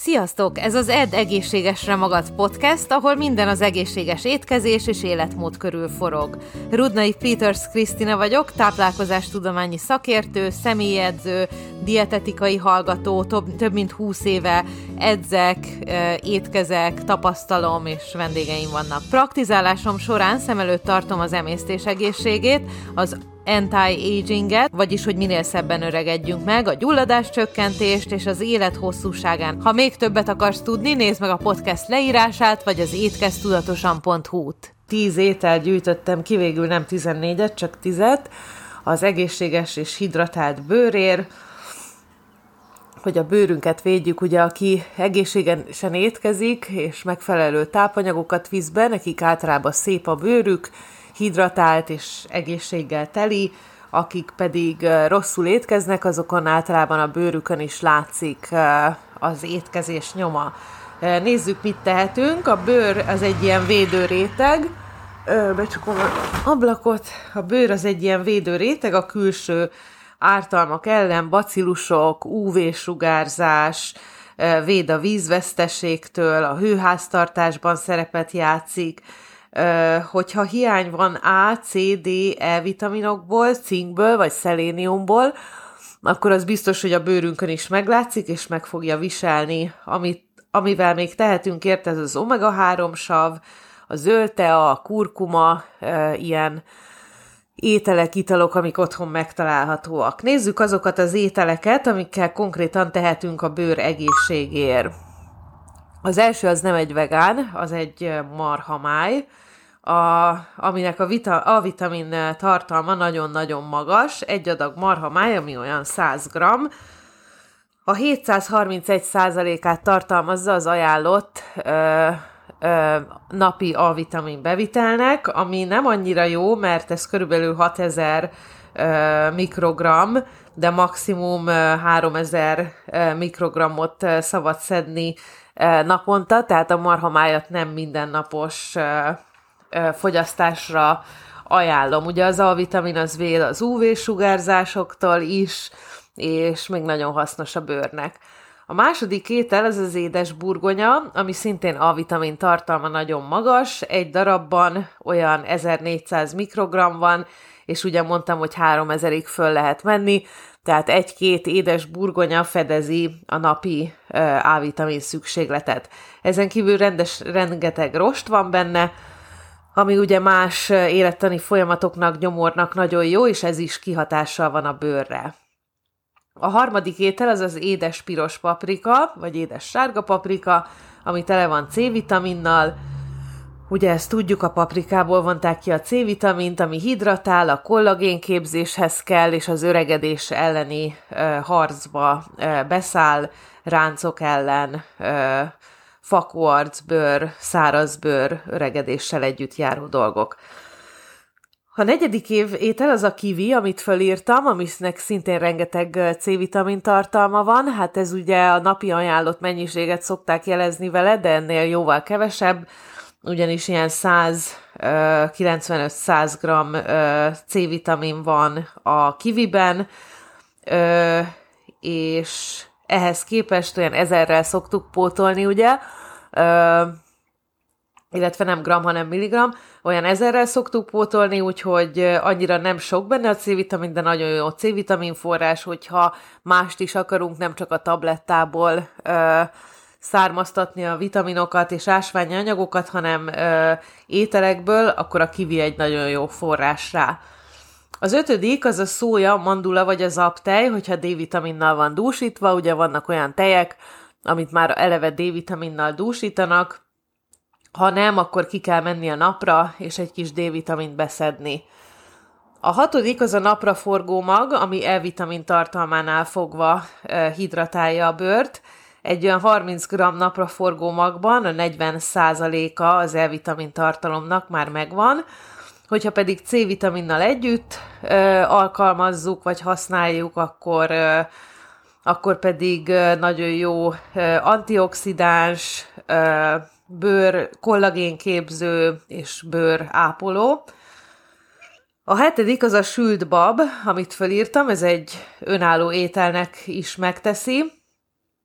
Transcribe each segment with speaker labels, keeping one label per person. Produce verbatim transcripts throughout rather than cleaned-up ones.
Speaker 1: Sziasztok! Ez az Edd egészségesre magad podcast, ahol minden az egészséges étkezés és életmód körül forog. Rudnai Peters Krisztina vagyok, táplálkozástudományi szakértő, személyedző, dietetikai hallgató, több, több mint húsz éve edzek, étkezek, tapasztalom és vendégeim vannak. Praktizálásom során szem előtt tartom az emésztés egészségét, az anti-aginget, vagyis hogy minél szebben öregedjünk meg, a gyulladás csökkentést és az élet hosszúságán. Ha még többet akarsz tudni, nézd meg a podcast leírását, vagy az étkeztudatosan pont hu-t. Tíz ételt gyűjtöttem ki, végül nem tizennégyet, csak tízet, az egészséges és hidratált bőrér, hogy a bőrünket védjük, ugye aki egészségesen étkezik, és megfelelő tápanyagokat visz be, nekik általában szép a bőrük, hidratált és egészséggel teli, akik pedig rosszul étkeznek, azokon általában a bőrükön is látszik az étkezés nyoma. Nézzük, mit tehetünk. A bőr az egy ilyen védőréteg, becsukom az ablakot, a bőr az egy ilyen védőréteg a külső ártalmak ellen, bacillusok, ú vé-sugárzás, véd a vízveszteségtől, a hőháztartásban szerepet játszik. Uh, hogyha hiány van A, C, D, E vitaminokból, cinkből vagy szeléniumból, akkor az biztos, hogy a bőrünkön is meglátszik, és meg fogja viselni. Amit, amivel még tehetünk érte, ez az omega három sav, a zöld tea, a kurkuma, uh, ilyen ételek, italok, amik otthon megtalálhatóak. Nézzük azokat az ételeket, amikkel konkrétan tehetünk a bőr egészségéért. Az első az nem egy vegán, az egy marhamáj, a, aminek a vita, A-vitamin tartalma nagyon-nagyon magas, egy adag marhamáj, ami olyan száz gramm, a hétszázharmincegy százalékát tartalmazza az ajánlott ö, ö, napi A-vitamin bevitelnek, ami nem annyira jó, mert ez körülbelül hatezer ö, mikrogram, de maximum háromezer mikrogrammot szabad szedni naponta, tehát a marhamájat nem mindennapos fogyasztásra ajánlom. Ugye az A-vitamin az véd az ú vé-sugárzásoktól is, és még nagyon hasznos a bőrnek. A második étel az az édes burgonya, ami szintén A-vitamin tartalma nagyon magas, egy darabban olyan ezernégyszáz mikrogramm van, és ugye mondtam, hogy háromezerig föl lehet menni, tehát egy-két édes burgonya fedezi a napi A-vitamin szükségletet. Ezen kívül rendes, rengeteg rost van benne, ami ugye más élettani folyamatoknak, gyomornak nagyon jó, és ez is kihatással van a bőrre. A harmadik étel az az édes piros paprika, vagy édes sárga paprika, ami tele van C-vitaminnal. Ugye ezt tudjuk, a paprikából vonták ki a C-vitamint, ami hidratál, a kollagénképzéshez kell, és az öregedés elleni uh, harcba uh, beszáll, ráncok ellen, uh, fakóarcbőr, szárazbőr, öregedéssel együtt járó dolgok. A negyedik év étel az a kiwi, amit fölírtam, aminek szintén rengeteg C-vitamin tartalma van. Hát ez ugye a napi ajánlott mennyiséget szokták jelezni vele, de ennél jóval kevesebb, ugyanis ilyen száz kilencvenöt-száz gramm C-vitamin van a kiwiben, és ehhez képest olyan ezerrel szoktuk pótolni, ugye, illetve nem gram, hanem milligram, olyan ezerrel szoktuk pótolni, úgyhogy annyira nem sok benne a C-vitamin, de nagyon jó C-vitamin forrás, hogyha mást is akarunk, nem csak a tablettából származtatni a vitaminokat és ásványi anyagokat, hanem ö, ételekből, akkor a kiwi egy nagyon jó forrás rá. Az ötödik az a szója, mandula vagy az aptej, hogyha D-vitaminnal van dúsítva, ugye vannak olyan tejek, amit már eleve D-vitaminnal dúsítanak, ha nem, akkor ki kell menni a napra, és egy kis D-vitamint beszedni. A hatodik az a napraforgó mag, ami E-vitamin tartalmánál fogva ö, hidratálja a bőrt. Egy olyan harminc gramm napraforgó magban a negyven százaléka az E-vitamin tartalomnak már megvan, hogyha pedig C-vitaminnal együtt ö, alkalmazzuk, vagy használjuk, akkor, ö, akkor pedig ö, nagyon jó ö, antioxidáns, ö, bőr kollagénképző és bőr ápoló. A hetedik az a sült bab, amit felírtam, ez egy önálló ételnek is megteszi.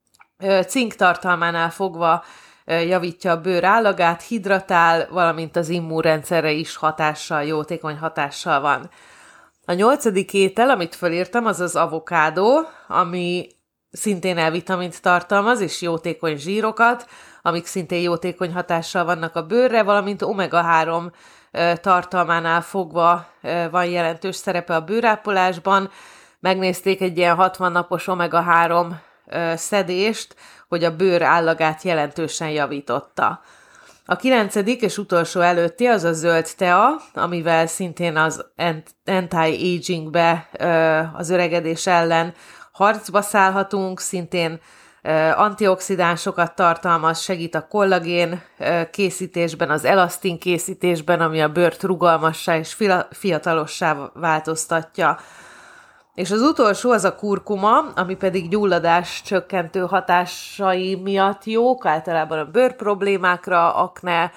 Speaker 1: Cink tartalmánál fogva javítja a bőr állagát, hidratál, valamint az immunrendszerre is hatással, jótékony hatással van. A nyolcadik étel, amit fölírtam, az az avokádó, ami szintén E-vitamint tartalmaz, és jótékony zsírokat, amik szintén jótékony hatással vannak a bőrre, valamint omega három tartalmánál fogva van jelentős szerepe a bőrápolásban. Megnézték egy ilyen hatvan napos omega három szedést, hogy a bőr állagát jelentősen javította. A kilencedik és utolsó előtti az a zöld tea, amivel szintén az anti-agingbe, az öregedés ellen harcba szállhatunk, szintén antioxidánsokat tartalmaz, segít a kollagén készítésben, az elasztin készítésben, ami a bőrt rugalmassá és fiatalossá változtatja. És az utolsó az a kurkuma, ami pedig gyulladás csökkentő hatásai miatt jók, általában a bőr problémákra, akne,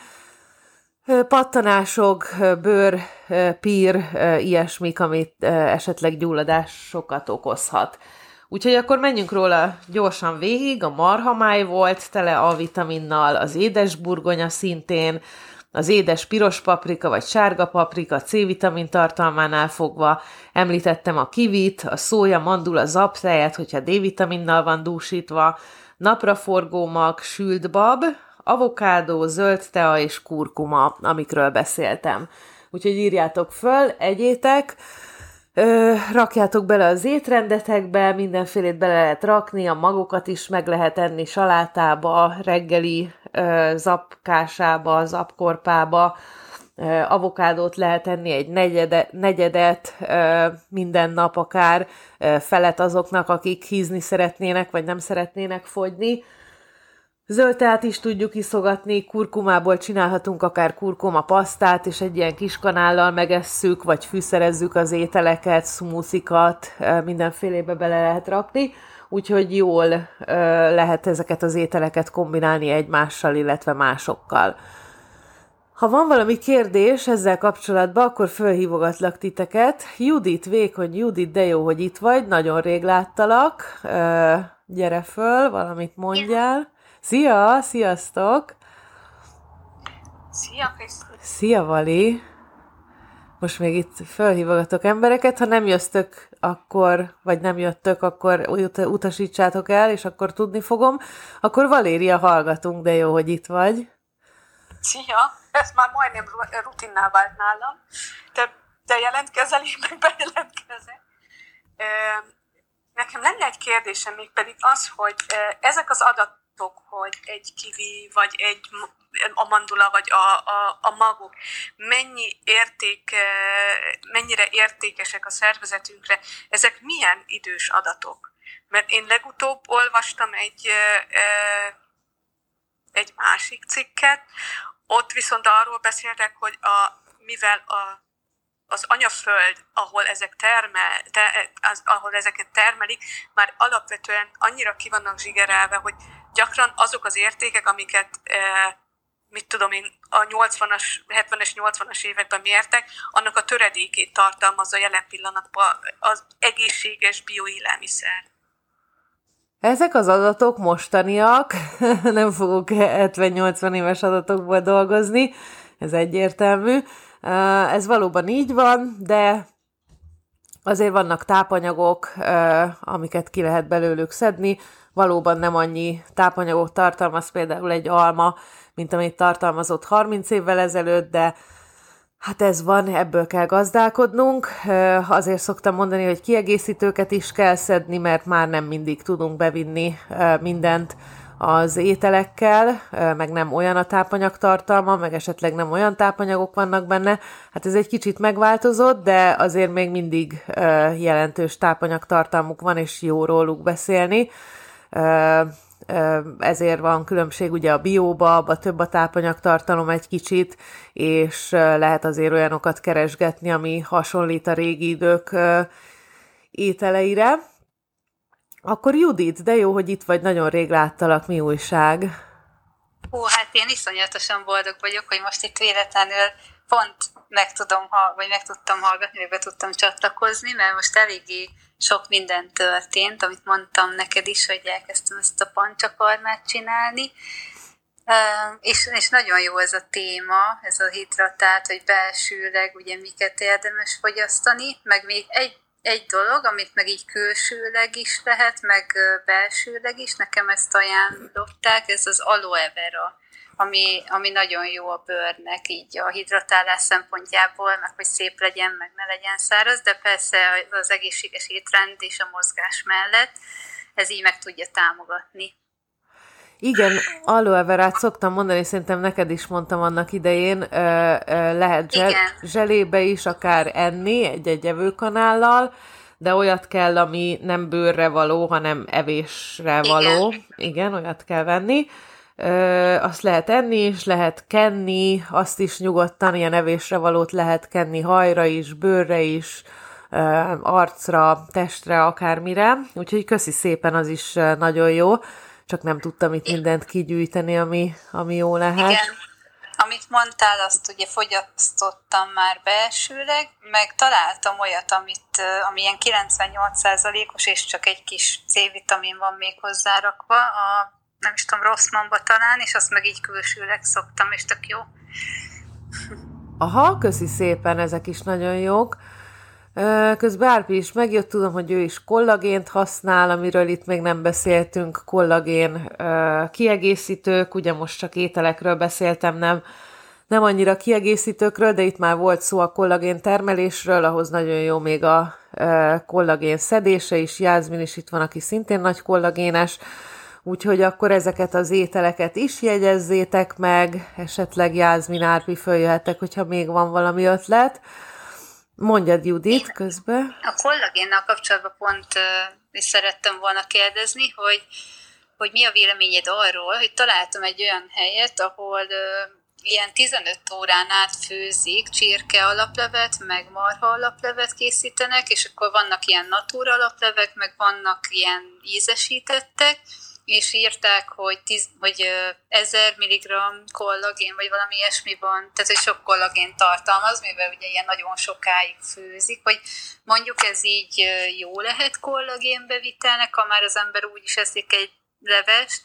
Speaker 1: pattanások, bőr, pír, ilyesmik, amit esetleg gyulladásokat okozhat. Úgyhogy akkor menjünk róla gyorsan végig. A marhamáj volt tele A-vitaminnal, az édesburgonya szintén, az édes piros paprika vagy sárga paprika C-vitamin tartalmánál fogva, említettem a kivit, a szója, mandula, zaptejet, hogyha D-vitaminnal van dúsítva, napraforgómag, sült bab, avokádó, zöld tea és kurkuma, amikről beszéltem. Úgyhogy írjátok föl, egyétek, Ö, rakjátok bele az étrendetekbe, mindenfélét bele lehet rakni, a magokat is meg lehet enni salátába, reggeli ö, zapkásába, zapkorpába, ö, avokádót lehet enni egy negyede, negyedet ö, minden nap akár, ö, felet azoknak, akik hízni szeretnének, vagy nem szeretnének fogyni. Zöld teát is tudjuk iszogatni, kurkumából csinálhatunk akár kurkuma pasztát, és egy ilyen kis kanállal megesszük, vagy fűszerezzük az ételeket, smoothikat, mindenfélébe bele lehet rakni, úgyhogy jól lehet ezeket az ételeket kombinálni egymással, illetve másokkal. Ha van valami kérdés ezzel kapcsolatban, akkor fölhívogatlak titeket. Judit, vékony Judit, de jó, hogy itt vagy, nagyon rég láttalak. Gyere föl, valamit mondjál. Szia, sziasztok!
Speaker 2: Szia, Krisztus!
Speaker 1: Szia, Vali! Most még itt felhívogatok embereket, ha nem jöttök, akkor, vagy nem jöttök, akkor ut- utasítsátok el, és akkor tudni fogom. Akkor Valéria, hallgatunk, de jó, hogy itt vagy.
Speaker 2: Szia! Ez már majdnem rutinná vált nálam. Te, te jelentkezel, én meg bejelentkezek. Nekem lenne egy kérdésem, még pedig az, hogy ezek az adatok, hogy egy kiwi, vagy egy a mandula, vagy a, a, a magok mennyi érték, mennyire értékesek a szervezetünkre, ezek milyen idős adatok? Mert én legutóbb olvastam egy, egy másik cikket, ott viszont arról beszéltek, hogy a, mivel a az anyaföld, ahol ezek termel, te, az, ahol ezeket termelik, már alapvetően annyira ki vannak zsigerelve, hogy gyakran azok az értékek, amiket, e, mit tudom én, a nyolcvanas, hetvenes, nyolcvanas években mértek, annak a töredékét tartalmazza jelen pillanatban az egészséges bioélelmiszer.
Speaker 1: Ezek az adatok mostaniak, nem fogok hetven-nyolcvan éves adatokból dolgozni, ez egyértelmű. Ez valóban így van, de azért vannak tápanyagok, amiket ki lehet belőlük szedni. Valóban nem annyi tápanyagot tartalmaz például egy alma, mint amit tartalmazott harminc évvel ezelőtt, de hát ez van, ebből kell gazdálkodnunk. Azért szoktam mondani, hogy kiegészítőket is kell szedni, mert már nem mindig tudunk bevinni mindent az ételekkel, meg nem olyan a tápanyagtartalma, meg esetleg nem olyan tápanyagok vannak benne. Hát ez egy kicsit megváltozott, de azért még mindig jelentős tápanyagtartalmuk van, és jó róluk beszélni. Ezért van különbség ugye a bióba, abba több a tápanyagtartalom egy kicsit, és lehet azért olyanokat keresgetni, ami hasonlít a régi idők ételeire. Akkor Judit, de jó, hogy itt vagy, nagyon rég láttalak, mi újság?
Speaker 3: Ó, hát én iszonyatosan boldog vagyok, hogy most itt véletlenül pont meg tudom, vagy meg tudtam hallgatni, vagy be tudtam csatlakozni, mert most eléggé sok minden történt, amit mondtam neked is, hogy elkezdtem ezt a pancsakarmát csinálni, Uh, és, és nagyon jó ez a téma, ez a hidratált, hogy belsőleg ugye miket érdemes fogyasztani, meg még egy, egy dolog, amit meg így külsőleg is lehet, meg belsőleg is, nekem ezt ajánlották, ez az aloe vera, ami, ami nagyon jó a bőrnek, így a hidratálás szempontjából, meg hogy szép legyen, meg ne legyen száraz, de persze az egészséges étrend és a mozgás mellett ez így meg tudja támogatni.
Speaker 1: Igen, aloe verát szoktam mondani, szerintem neked is mondtam annak idején, lehet zsel- zselébe is akár enni egy-egy evőkanállal, de olyat kell, ami nem bőrre való, hanem evésre való. Igen, Igen olyat kell venni. Azt lehet enni is, lehet kenni, azt is nyugodtan, ilyen evésre valót lehet kenni hajra is, bőrre is, arcra, testre, akármire. Úgyhogy köszi szépen, az is nagyon jó. Csak nem tudtam itt mindent kigyűjteni, ami, ami jó lehet.
Speaker 3: Igen. Amit mondtál, azt ugye fogyasztottam már belsőleg, meg találtam olyat, amit, ami ilyen kilencvennyolc százalékos, és csak egy kis C-vitamin van még hozzárakva, a, nem is tudom, Rossmannba talán, és azt meg így külsőleg szoktam, és tök jó.
Speaker 1: Aha, köszi szépen, ezek is nagyon jók. Közben Árpi is megjött, tudom, hogy ő is kollagént használ, amiről itt még nem beszéltünk, kollagén kiegészítők, ugye most csak ételekről beszéltem, nem, nem annyira kiegészítőkről, de itt már volt szó a kollagén termelésről, ahhoz nagyon jó még a kollagén szedése is, Jászmin is itt van, aki szintén nagy kollagénes, úgyhogy akkor ezeket az ételeket is jegyezzétek meg, esetleg Jászmin, Árpi följöhettek, hogyha még van valami ötlet. Mondjad, Judit, közben.
Speaker 3: A kollagénnal kapcsolatban pont uh, is szerettem volna kérdezni, hogy, hogy mi a véleményed arról, hogy találtam egy olyan helyet, ahol uh, ilyen tizenöt órán át főzik, csirke alaplevet, meg marha alaplevet készítenek, és akkor vannak ilyen natura alaplevek, meg vannak ilyen ízesítettek, és írták, hogy, tíz, hogy ezer milligramm kollagén, vagy valami ilyesmi van, tehát hogy sok kollagén tartalmaz, mivel ugye ilyen nagyon sokáig főzik, hogy mondjuk ez így jó lehet kollagénbevitelnek, ha már az ember úgy is eszik egy levest,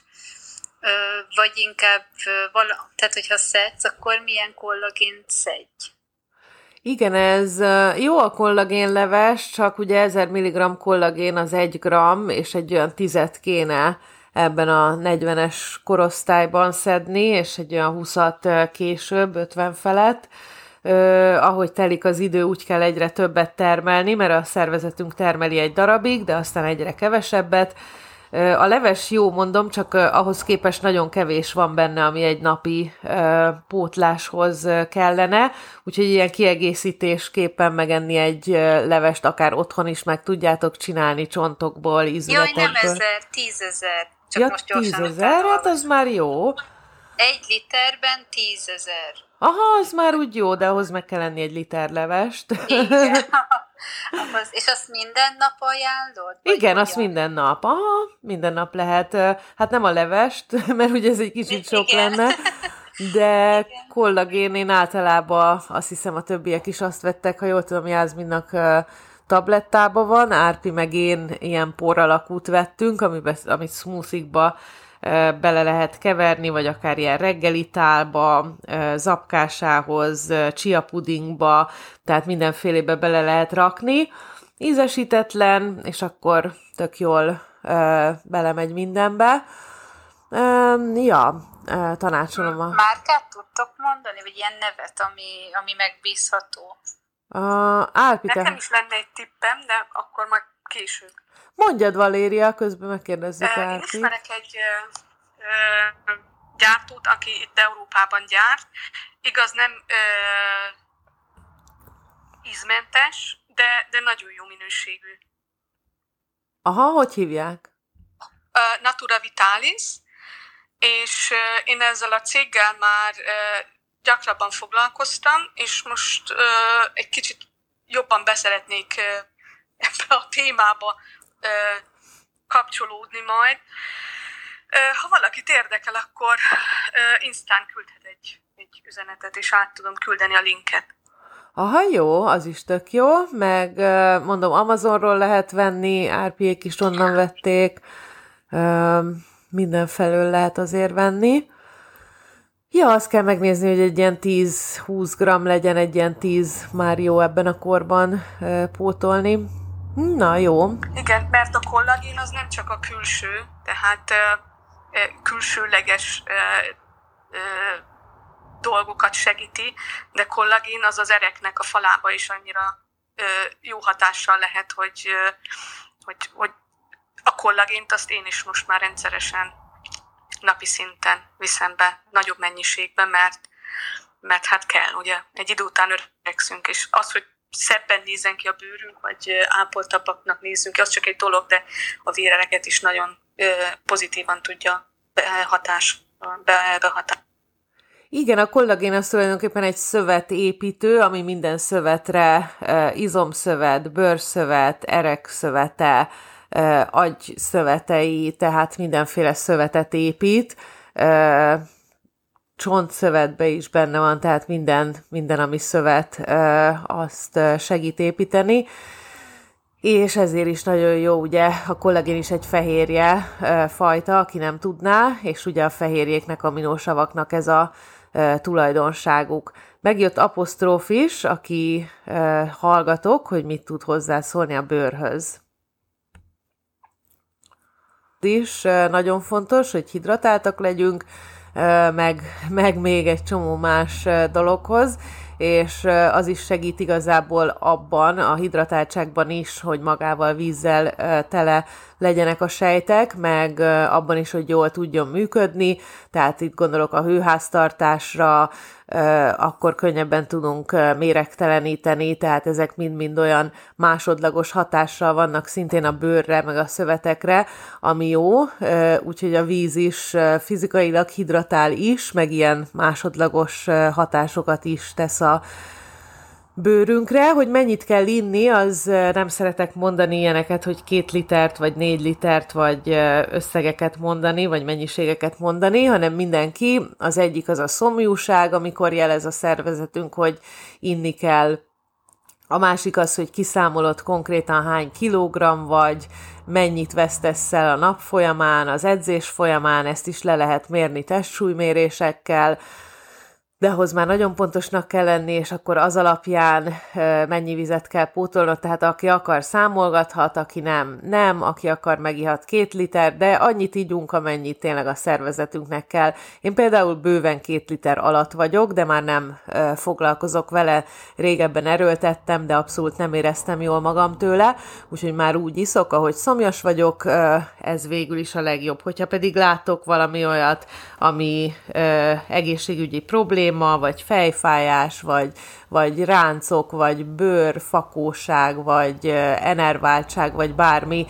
Speaker 3: vagy inkább, vala, tehát hogyha szedsz, akkor milyen kollagént szedj?
Speaker 1: Igen, ez jó a kollagénleves, csak ugye ezer milligramm kollagén az egy gramm, és egy olyan tizet kéne ebben a negyvenes korosztályban szedni, és egy olyan húszat később, ötven felett. Uh, ahogy telik az idő, úgy kell egyre többet termelni, mert a szervezetünk termeli egy darabig, de aztán egyre kevesebbet. Uh, a leves jó, mondom, csak uh, ahhoz képest nagyon kevés van benne, ami egy napi uh, pótláshoz uh, kellene, úgyhogy ilyen kiegészítésképpen megenni egy uh, levest, akár otthon is meg tudjátok csinálni csontokból, ízületekből.
Speaker 3: Jaj, nem ezer, tízezer. Csak
Speaker 1: ja,
Speaker 3: most gyorsan
Speaker 1: tízezer, hát az már jó.
Speaker 3: Egy literben tízezer.
Speaker 1: Aha, az már úgy jó, de ahhoz meg kell lenni egy liter levest.
Speaker 3: Igen. És azt minden nap ajánlod?
Speaker 1: Igen, azt minden nap. Aha, minden nap lehet. Hát nem a levest, mert ugye ez egy kicsit sok Igen. lenne, de Igen. kollagén, én általában azt hiszem a többiek is azt vettek, ha jól tudom, Jászminnak tablettában van, Árpi meg én ilyen por alakút vettünk, amiben, amit smoothie-ba bele lehet keverni, vagy akár ilyen reggelitálba, zapkásához, chia pudingba, tehát mindenfélébe bele lehet rakni. Ízesítetlen, és akkor tök jól belemegy mindenbe. Ja, tanácsolom a...
Speaker 3: Márkát tudtok mondani, vagy ilyen nevet, ami, ami megbízható?
Speaker 1: Uh, Árpi,
Speaker 2: Nekem te... is lenne egy tippem, de akkor majd később.
Speaker 1: Mondjad, Valéria, közben megkérdezzük
Speaker 2: uh,
Speaker 1: Árpi.
Speaker 2: Én ismerek egy uh, uh, gyártót, aki itt Európában gyárt. Igaz, nem uh, ízmentes, de, de nagyon jó minőségű.
Speaker 1: Aha, hogy hívják?
Speaker 2: Uh, Natura Vitalis, és uh, én ezzel a céggel már uh, gyakrabban foglalkoztam, és most uh, egy kicsit jobban beszeretnék uh, ebbe a témába uh, kapcsolódni majd. Uh, ha valakit érdekel, akkor uh, Instán küldhet egy, egy egy üzenetet, és át tudom küldeni a linket.
Speaker 1: Aha, jó, az is tök jó, meg mondom, Amazonról lehet venni, Árpiék is onnan vették, mindenfelől lehet azért venni. Ja, azt kell megnézni, hogy egy ilyen tíz-húsz gramm legyen, egy ilyen tíz már jó ebben a korban pótolni. Na, jó.
Speaker 2: Igen, mert a kollagén az nem csak a külső, tehát külsőleges dolgokat segíti, de kollagén az az ereknek a falába is annyira ö, jó hatással lehet, hogy, ö, hogy, hogy a kollagént azt én is most már rendszeresen napi szinten viszem be nagyobb mennyiségben, mert, mert hát kell, ugye, egy idő után öregszünk, és az, hogy szebben nézzen ki a bőrünk, vagy ápoltabbaknak nézzünk ki, az csak egy dolog, de a vérereket is nagyon ö, pozitívan tudja hatás, be, behatárolni.
Speaker 1: Igen, a kollagén az tulajdonképpen egy szövetépítő, ami minden szövetre, izomszövet, bőrszövet, erekszövete, agyszövetei, tehát mindenféle szövetet épít. Csontszövetbe is benne van, tehát minden, minden ami szövet, azt segít építeni. És ezért is nagyon jó, ugye a kollagén is egy fehérje fajta, aki nem tudná, és ugye a fehérjéknek, aminósavaknak ez a tulajdonságuk. Megjött apostróf is, aki hallgatok, hogy mit tud hozzászólni a bőrhöz. Is nagyon fontos, hogy hidratáltak legyünk, meg, meg még egy csomó más dologhoz, és az is segít igazából abban, a hidratáltságban is, hogy magával vízzel tele legyenek a sejtek, meg abban is, hogy jól tudjon működni, tehát itt gondolok a hőháztartásra, akkor könnyebben tudunk méregteleníteni, tehát ezek mind-mind olyan másodlagos hatással vannak szintén a bőrre, meg a szövetekre, ami jó, úgyhogy a víz is fizikailag hidratál is, meg ilyen másodlagos hatásokat is tesz a bőrünkre. Hogy mennyit kell inni, az nem szeretek mondani ilyeneket, hogy két litert, vagy négy litert, vagy összegeket mondani, vagy mennyiségeket mondani, hanem mindenki, az egyik az a szomjúság, amikor jelez a szervezetünk, hogy inni kell. A másik az, hogy kiszámolod konkrétan hány kilogramm vagy, mennyit vesztesz el a nap folyamán, az edzés folyamán, ezt is le lehet mérni testsúlymérésekkel, de ahhoz már nagyon pontosnak kell lenni, és akkor az alapján mennyi vizet kell pótolnod, tehát aki akar számolgathat, aki nem, nem, aki akar megihat két liter, de annyit ígyunk, amennyit tényleg a szervezetünknek kell. Én például bőven két liter alatt vagyok, de már nem foglalkozok vele, régebben erőltettem, de abszolút nem éreztem jól magam tőle, úgyhogy már úgy iszok, ahogy szomjas vagyok, ez végül is a legjobb. Hogyha pedig látok valami olyat, ami egészségügyi probléma, vagy fejfájás, vagy, vagy ráncok, vagy bőrfakóság, vagy enerváltság, vagy bármi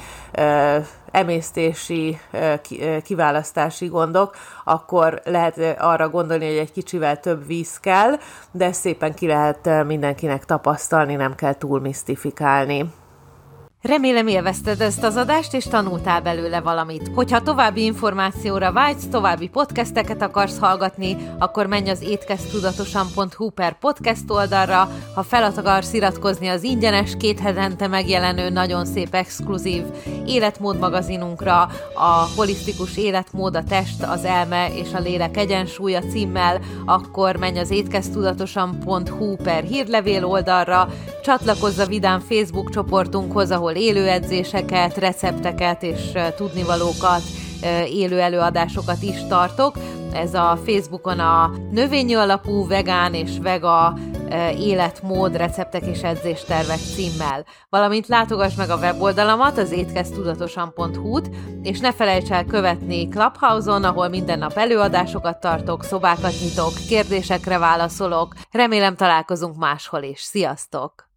Speaker 1: emésztési, kiválasztási gondok, akkor lehet arra gondolni, hogy egy kicsivel több víz kell, de ezt szépen ki lehet mindenkinek tapasztalni, nem kell túl misztifikálni.
Speaker 4: Remélem élvezted ezt az adást, és tanultál belőle valamit. Hogyha további információra vágysz, további podcasteket akarsz hallgatni, akkor menj az étkezdtudatosan pont hu per podcast oldalra. Ha fel akarsz iratkozni az ingyenes, két hetente megjelenő, nagyon szép exkluzív életmód magazinunkra, a holisztikus életmód, a test, az elme és a lélek egyensúlya címmel, akkor menj az étkezdtudatosan pont hu per hírlevél oldalra, csatlakozz a vidám Facebook csoportunkhoz, ahol élő edzéseket, recepteket és tudnivalókat, élő előadásokat is tartok. Ez a Facebookon a növényi alapú vegán és vega életmód, receptek és edzéstervek címmel. Valamint látogass meg a weboldalamat, az étkezdtudatosan pont hu-t, és ne felejts el követni Clubhouse-on, ahol minden nap előadásokat tartok, szobákat nyitok, kérdésekre válaszolok. Remélem találkozunk máshol is. Sziasztok!